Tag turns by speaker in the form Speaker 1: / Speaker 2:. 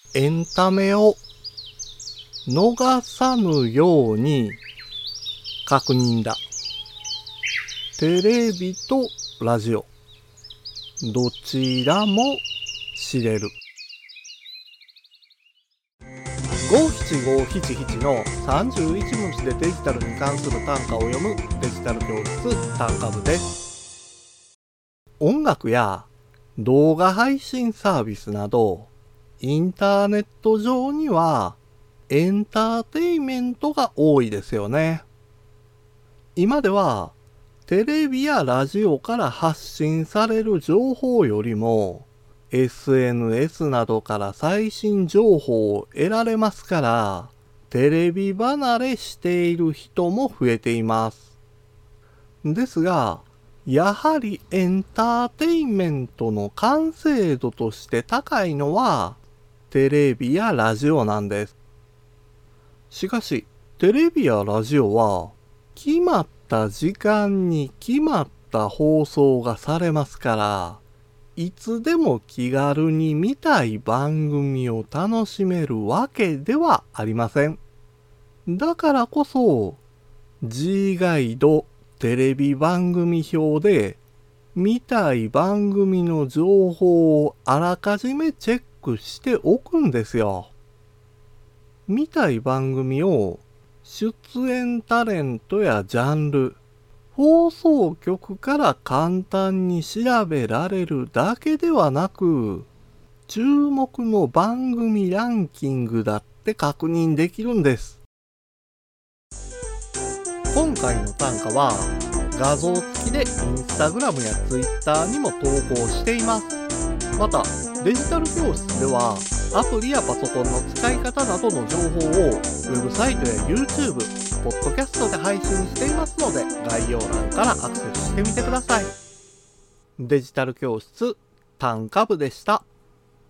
Speaker 1: エンタメを逃さぬように確認だ。テレビとラジオ、どちらも知れる。57577の31文字でデジタルに関する単価を読むデジタル教室単価部です。音楽や動画配信サービスなどインターネット上にはエンターテイメントが多いですよね。今ではテレビやラジオから発信される情報よりも SNS などから最新情報を得られますから、テレビ離れしている人も増えています。ですが、やはりエンターテイメントの完成度として高いのはテレビやラジオなんです。しかし、テレビやラジオは決まった時間に決まった放送がされますから、いつでも気軽に見たい番組を楽しめるわけではありません。だからこそ、G ガイドテレビ番組表で見たい番組の情報をあらかじめチェックしておくんですよ。見たい番組を出演タレントやジャンル、放送局から簡単に調べられるだけではなく、注目の番組ランキングだって確認できるんです。今回の単価は画像付きでインスタグラムやツイッターにも投稿しています。また、デジタル教室ではアプリやパソコンの使い方などの情報をウェブサイトや YouTube、ポッドキャストで配信していますので、概要欄からアクセスしてみてください。デジタル教室単価部でした。